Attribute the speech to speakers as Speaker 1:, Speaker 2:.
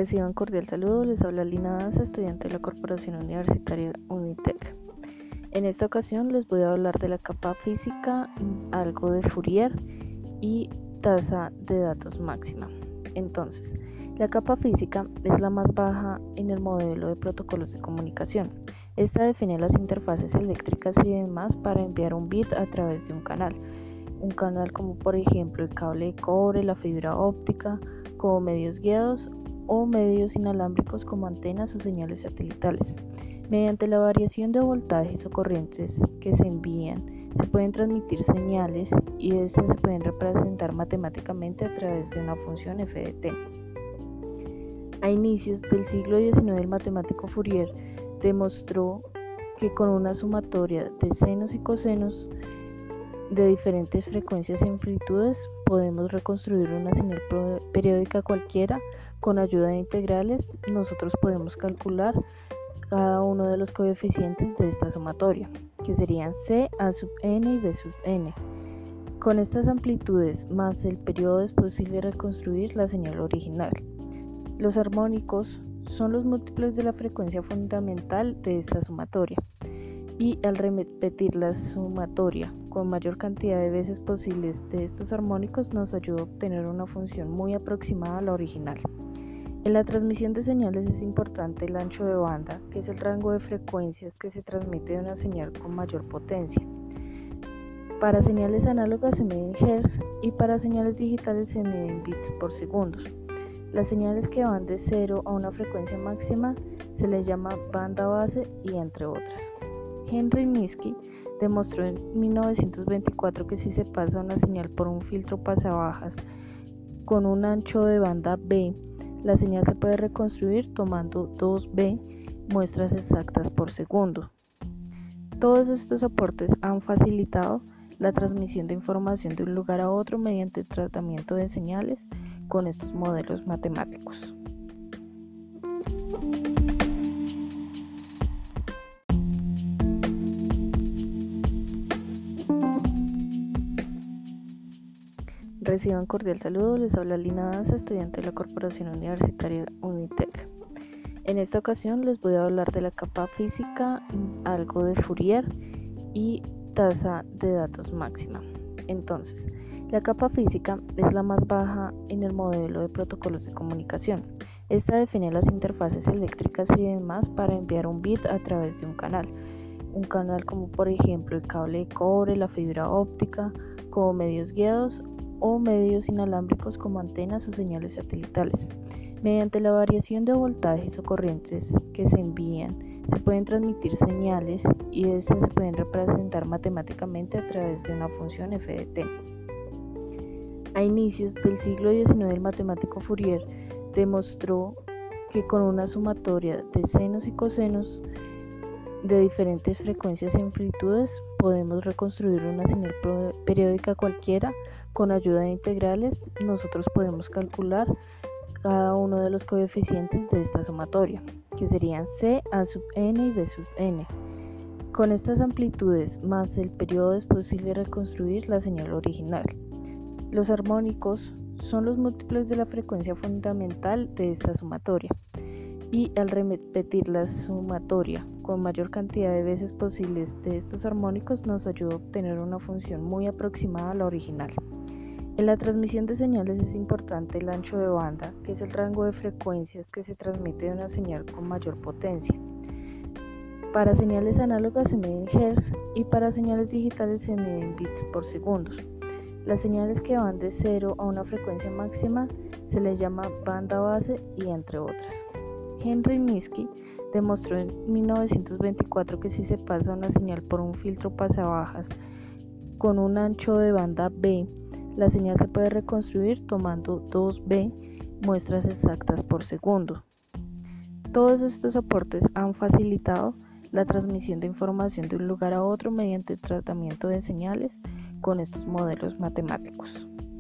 Speaker 1: Reciban cordial saludo, les habla Lina Danza, estudiante de la Corporación Universitaria Unitec. En esta ocasión les voy a hablar de la capa física, algo de Fourier y tasa de datos máxima. Entonces, la capa física es la más baja en el modelo de protocolos de comunicación. Esta define las interfaces eléctricas y demás para enviar un bit a través de un canal como por ejemplo el cable de cobre, la fibra óptica, como medios guiados o medios inalámbricos como antenas o señales satelitales. Mediante la variación de voltajes o corrientes que se envían, se pueden transmitir señales y estas se pueden representar matemáticamente a través de una función f de t. A inicios del siglo XIX, el matemático Fourier demostró que con una sumatoria de senos y cosenos de diferentes frecuencias y amplitudes podemos reconstruir una señal periódica cualquiera. Con ayuda de integrales nosotros podemos calcular cada uno de los coeficientes de esta sumatoria, que serían c a sub n y b sub n. Con estas amplitudes más el periodo es posible reconstruir la señal original. Los armónicos son los múltiplos de la frecuencia fundamental de esta sumatoria, y al repetir la sumatoria con mayor cantidad de veces posibles de estos armónicos nos ayuda a obtener una función muy aproximada a la original. En la transmisión de señales es importante el ancho de banda, que es el rango de frecuencias que se transmite de una señal con mayor potencia. Para señales análogas se mide en Hz y para señales digitales se mide en bits por segundo. Las señales que van de 0 a una frecuencia máxima se les llama banda base y entre otras. Henry Minsky demostró en 1924 que si se pasa una señal por un filtro pasabajas con un ancho de banda B, la señal se puede reconstruir tomando 2B muestras exactas por segundo. Todos estos aportes han facilitado la transmisión de información de un lugar a otro mediante el tratamiento de señales con estos modelos matemáticos. Reciban cordial saludo, les habla Lina Danza, estudiante de la Corporación Universitaria Unitec. En esta ocasión les voy a hablar de la capa física, algo de Fourier y tasa de datos máxima. Entonces, la capa física es la más baja en el modelo de protocolos de comunicación. Esta define las interfaces eléctricas y demás para enviar un bit a través de un canal como por ejemplo el cable de cobre, la fibra óptica, como medios guiados o medios inalámbricos como antenas o señales satelitales. Mediante la variación de voltajes o corrientes que se envían, se pueden transmitir señales y estas se pueden representar matemáticamente a través de una función f de t. A inicios del siglo XIX, el matemático Fourier demostró que con una sumatoria de senos y cosenos de diferentes frecuencias y amplitudes podemos reconstruir una señal periódica cualquiera. Con ayuda de integrales nosotros podemos calcular cada uno de los coeficientes de esta sumatoria, que serían c a sub n y b sub n. Con estas amplitudes más el periodo es posible reconstruir la señal original. Los armónicos son los múltiplos de la frecuencia fundamental de esta sumatoria, y al repetir la sumatoria con mayor cantidad de veces posibles de estos armónicos nos ayuda a obtener una función muy aproximada a la original. En la transmisión de señales es importante el ancho de banda, que es el rango de frecuencias que se transmite de una señal con mayor potencia. Para señales análogas se mide en Hz y para señales digitales se mide en bits por segundo. Las señales que van de 0 a una frecuencia máxima se les llama banda base y entre otras. Henry Minsky demostró en 1924 que si se pasa una señal por un filtro pasabajas con un ancho de banda B, la señal se puede reconstruir tomando 2B muestras exactas por segundo. Todos estos aportes han facilitado la transmisión de información de un lugar a otro mediante el tratamiento de señales con estos modelos matemáticos.